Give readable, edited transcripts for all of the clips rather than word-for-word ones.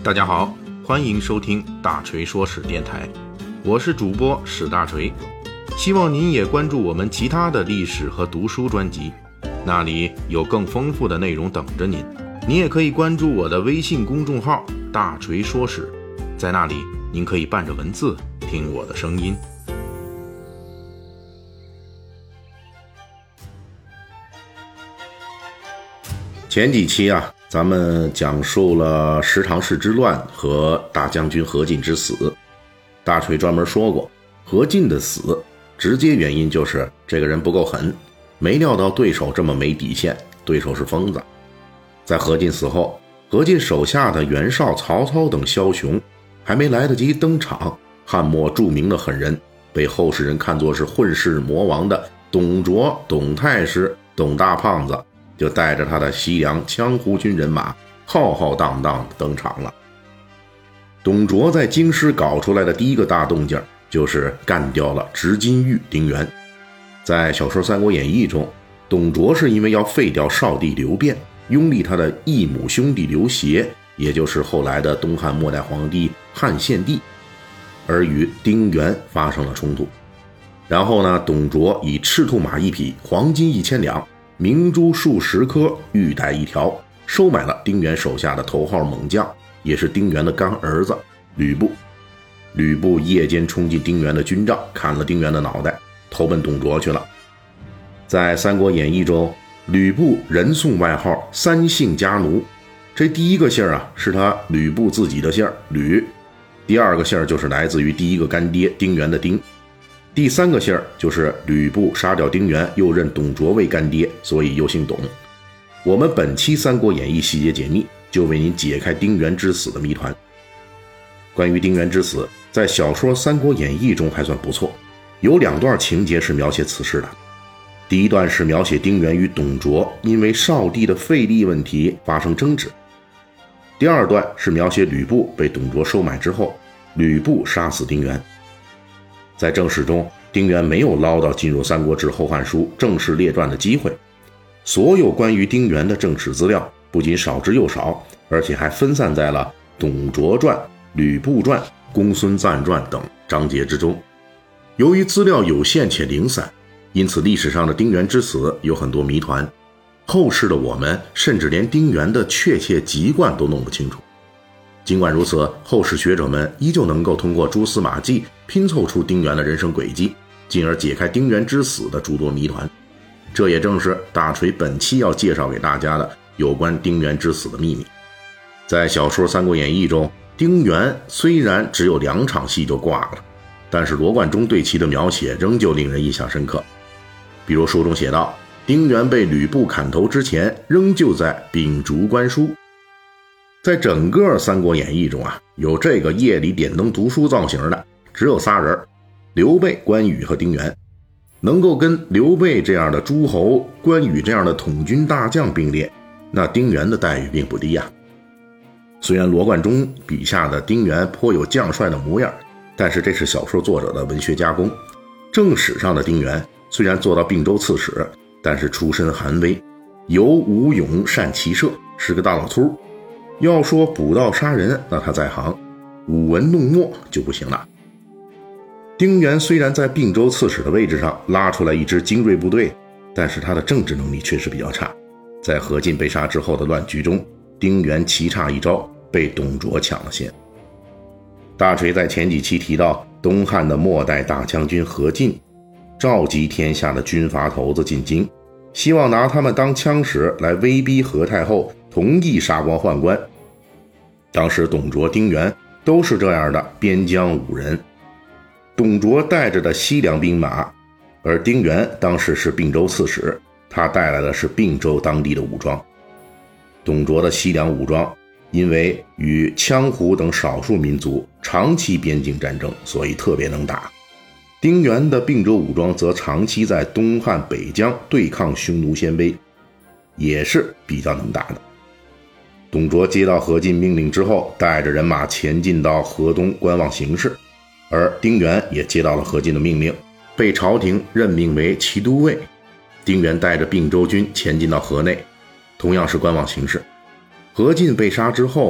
大家好，欢迎收听大锤说史电台，我是主播史大锤，希望您也关注我们其他的历史和读书专辑，那里有更丰富的内容等着您。您也可以关注我的微信公众号大锤说史，在那里您可以伴着文字听我的声音。前几期咱们讲述了十常侍之乱和大将军何进之死。大锤专门说过，何进的死直接原因就是这个人不够狠，没料到对手这么没底线，对手是疯子。在何进死后，何进手下的袁绍、曹操等枭雄还没来得及登场，汉末著名的狠人，被后世人看作是混世魔王的董卓、董太师、董大胖子就带着他的西凉羌胡军人马浩浩荡荡地登场了。董卓在京师搞出来的第一个大动静就是干掉了执金玉丁原。在小说《三国演义》中，董卓是因为要废掉少帝刘辩，拥立他的异母兄弟刘协，也就是后来的东汉末代皇帝汉献帝，而与丁原发生了冲突。然后呢，董卓以赤兔马1匹、黄金1000两、明珠数10颗、玉带1条，收买了丁原手下的头号猛将，也是丁原的干儿子吕布。吕布夜间冲进丁原的军帐，砍了丁原的脑袋，投奔董卓去了。在《三国演义》中，吕布人送外号三姓家奴，这第一个姓是他吕布自己的姓吕，第二个姓就是来自于第一个干爹丁原的丁，第三个姓就是吕布杀掉丁原，又认董卓为干爹，所以又姓董。我们本期《三国演义》细节解密，就为您解开丁原之死的谜团。关于丁原之死，在小说《三国演义》中还算不错，有2段情节是描写此事的。第一段是描写丁原与董卓因为少帝的废立问题发生争执，第二段是描写吕布被董卓收买之后，吕布杀死丁原。在正史中，丁原没有捞到进入《三国志·后汉书》正式列传的机会，所有关于丁原的正史资料不仅少之又少，而且还分散在了董卓传、吕布传、公孙瓒传等章节之中。由于资料有限且零散，因此历史上的丁原之死有很多谜团，后世的我们甚至连丁原的确切籍贯都弄不清楚。尽管如此，后世学者们依旧能够通过蛛丝马迹拼凑出丁原的人生轨迹，进而解开丁原之死的诸多谜团。这也正是大锤本期要介绍给大家的有关丁原之死的秘密。在小说《三国演义》中，丁原虽然只有2场戏就挂了，但是罗贯中对其的描写仍旧令人印象深刻。比如书中写道，丁原被吕布砍头之前仍旧在秉烛观书。在整个《三国演义》中有这个夜里点灯读书造型的只有3人，刘备、关羽和丁原。能够跟刘备这样的诸侯、关羽这样的统军大将并列，那丁原的待遇并不低虽然罗贯中笔下的丁原颇有将帅的模样，但是这是小说作者的文学加工。正史上的丁原虽然做到并州刺史，但是出身寒微，有武勇善骑射，是个大老粗。要说捕盗杀人，那他在行，舞文弄墨就不行了。丁原虽然在并州刺史的位置上拉出来一支精锐部队，但是他的政治能力确实比较差。在何进被杀之后的乱局中，丁原棋差一招，被董卓抢了先。大锤在前几期提到，东汉的末代大将军何进召集天下的军阀头子进京，希望拿他们当枪使来威逼何太后同意杀光宦官。当时董卓、丁原都是这样的边疆武人，董卓带着的西凉兵马，而丁原当时是并州刺史，他带来的是并州当地的武装。董卓的西凉武装因为与羌胡等少数民族长期边境战争，所以特别能打。丁原的并州武装则长期在东汉北疆对抗匈奴鲜卑，也是比较能打的。董卓接到何进命令之后，带着人马前进到河东观望形势，而丁原也接到了何进的命令，被朝廷任命为骑都尉。丁原带着并州军前进到河内，同样是观望形势。何进被杀之后，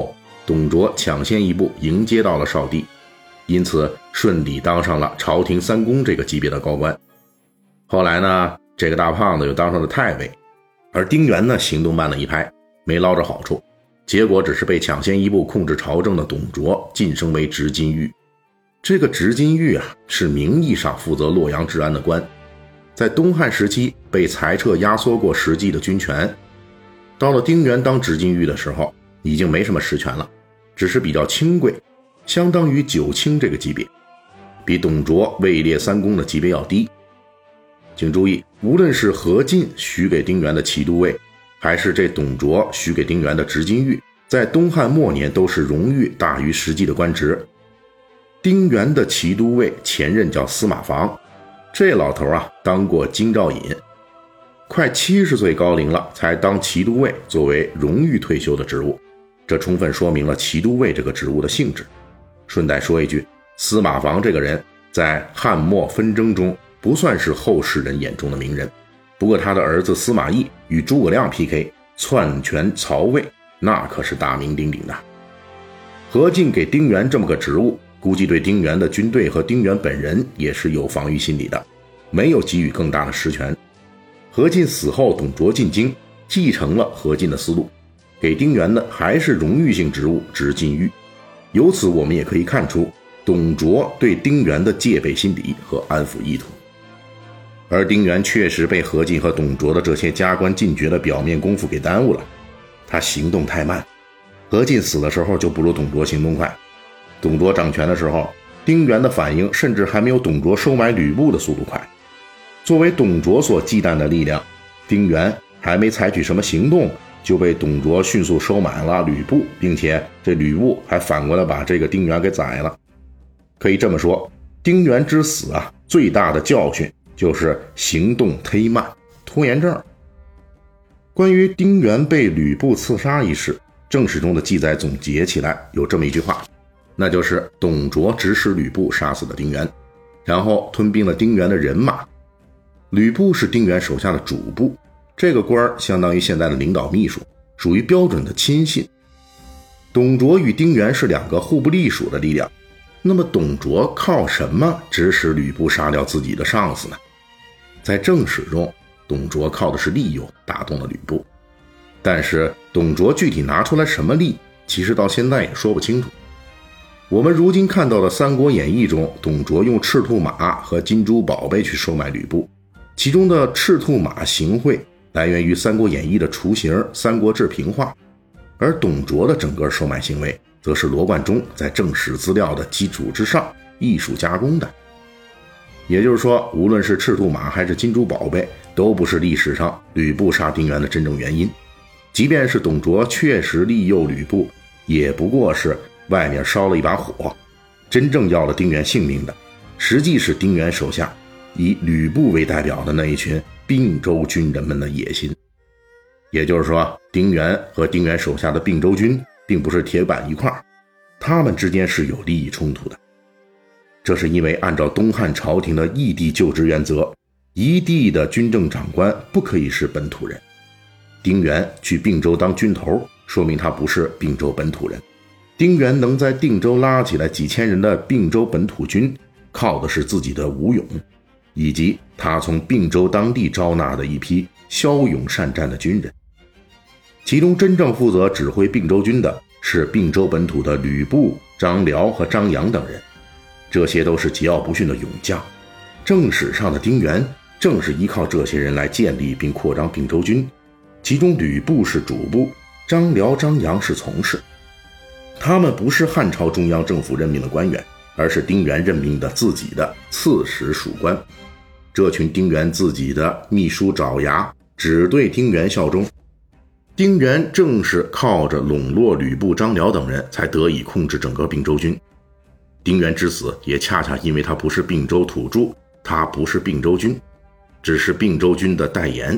董卓抢先一步迎接到了少帝，因此顺利当上了朝廷三公这个级别的高官。后来呢，这个大胖子又当上了太尉，而丁原呢行动慢了一拍，没捞着好处，结果只是被抢先一步控制朝政的董卓晋升为执金御。这个执金御啊，是名义上负责洛阳治安的官，在东汉时期被裁撤压缩过实际的军权，到了丁原当执金御的时候，已经没什么实权了，只是比较轻贵，相当于九卿这个级别，比董卓位列三公的级别要低。请注意，无论是何进许给丁原的骑都尉，还是这董卓许给丁原的执金御，在东汉末年都是荣誉大于实际的官职。丁原的骑都尉前任叫司马防，这老头啊当过京兆尹，快70岁高龄了才当骑都尉，作为荣誉退休的职务，这充分说明了骑都尉这个职务的性质。顺带说一句，司马防这个人在汉末纷争中不算是后世人眼中的名人，不过他的儿子司马懿与诸葛亮 PK 篡权曹魏，那可是大名鼎鼎的。何进给丁原这么个职务，估计对丁原的军队和丁原本人也是有防御心理的，没有给予更大的实权。何进死后，董卓进京，继承了何进的思路，给丁原的还是荣誉性职务执金御。由此我们也可以看出董卓对丁原的戒备心理和安抚意图。而丁原确实被何进和董卓的这些加官进爵的表面功夫给耽误了，他行动太慢，何进死的时候就不如董卓行动快，董卓掌权的时候，丁原的反应甚至还没有董卓收买吕布的速度快。作为董卓所忌惮的力量，丁原还没采取什么行动，就被董卓迅速收买了吕布，并且这吕布还反过来把这个丁原给宰了。可以这么说，丁原之死啊，最大的教训就是行动忒慢，拖延症。关于丁原被吕布刺杀一事，正史中的记载总结起来有这么一句话，那就是董卓指使吕布杀死了丁原，然后吞并了丁原的人马。吕布是丁原手下的主簿，这个官相当于现在的领导秘书，属于标准的亲信。董卓与丁原是两个互不隶属的力量，那么董卓靠什么指使吕布杀掉自己的上司呢？在正史中，董卓靠的是利诱打动了吕布，但是董卓具体拿出来什么利，其实到现在也说不清楚。我们如今看到的《三国演义》中，董卓用赤兔马和金珠宝贝去收买吕布，其中的赤兔马行贿来源于《三国演义》的雏形《三国志平话》，而董卓的整个收买行为则是罗贯中在正史资料的基础之上艺术加工的。也就是说，无论是赤兔马还是金珠宝贝，都不是历史上吕布杀丁原的真正原因。即便是董卓确实利诱吕布，也不过是外面烧了一把火，真正要了丁原性命的，实际是丁原手下以吕布为代表的那一群并州军人们的野心。也就是说，丁原和丁原手下的并州军并不是铁板一块，他们之间是有利益冲突的。这是因为按照东汉朝廷的异地就职原则，一地的军政长官不可以是本土人。丁原去并州当军头，说明他不是并州本土人。丁原能在定州拉起来几千人的并州本土军，靠的是自己的武勇，以及他从并州当地招纳的一批骁勇善战的军人。其中真正负责指挥并州军的是并州本土的吕布、张辽和张扬等人，这些都是桀骜不驯的勇将。正史上的丁原正是依靠这些人来建立并扩张并州军，其中吕布是主簿，张辽、张扬是从事。他们不是汉朝中央政府任命的官员，而是丁原任命的自己的刺史属官。这群丁原自己的秘书爪牙只对丁原效忠。丁原正是靠着笼络吕布、张辽等人才得以控制整个并州军。丁原之死也恰恰因为他不是并州土著，他不是并州军，只是并州军的代言。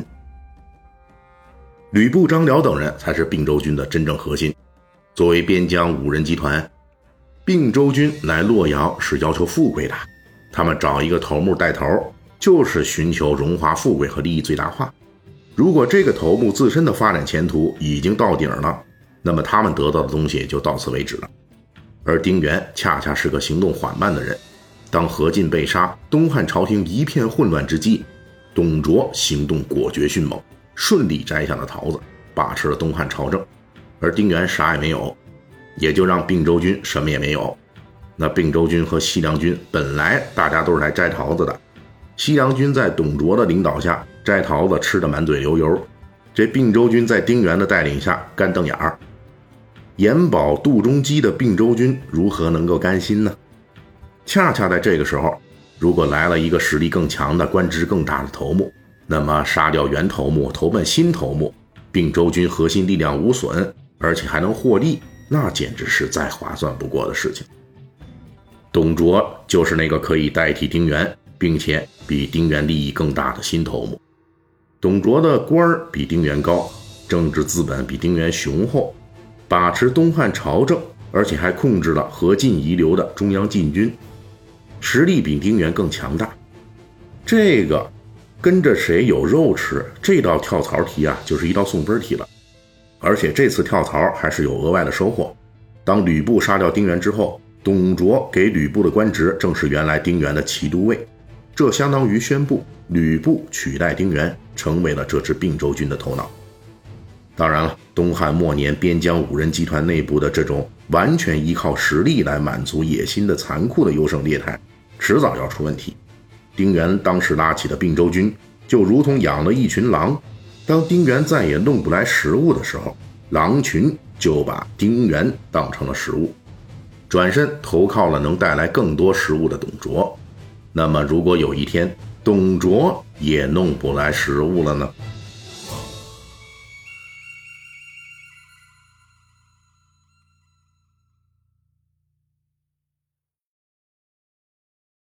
吕布、张辽等人才是并州军的真正核心。作为边疆五人集团，并州军来洛阳是要求富贵的，他们找一个头目带头，就是寻求荣华富贵和利益最大化。如果这个头目自身的发展前途已经到顶了， 那么他们得到的东西就到此为止了。而丁原恰恰是个行动缓慢的人，当何进被杀，东汉朝廷一片混乱之际，董卓行动果决迅猛，顺利摘下了桃子，把持了东汉朝政。而丁原啥也没有，也就让并州军什么也没有。那并州军和西凉军本来大家都是来摘桃子的，西凉军在董卓的领导下摘桃子吃得满嘴流油，这并州军在丁原的带领下干瞪眼儿。延保杜中基的并州军如何能够甘心呢？恰恰在这个时候，如果来了一个实力更强的官职更大的头目，那么杀掉原头目，投奔新头目，并州军核心力量无损，而且还能获利，那简直是再划算不过的事情。董卓就是那个可以代替丁原，并且比丁原利益更大的新头目。董卓的官儿比丁原高，政治资本比丁原雄厚，把持东汉朝政，而且还控制了何进遗留的中央禁军，实力比丁原更强大。这个跟着谁有肉吃，这道跳槽题啊，就是一道送分题了。而且这次跳槽还是有额外的收获。当吕布杀掉丁原之后，董卓给吕布的官职正是原来丁原的骑都尉，这相当于宣布吕布取代丁原，成为了这支并州军的头脑。当然了，东汉末年边疆五人集团内部的这种完全依靠实力来满足野心的残酷的优胜劣汰，迟早要出问题。丁原当时拉起的并州军就如同养了一群狼，当丁原再也弄不来食物的时候，狼群就把丁原当成了食物，转身投靠了能带来更多食物的董卓。那么如果有一天董卓也弄不来食物了呢？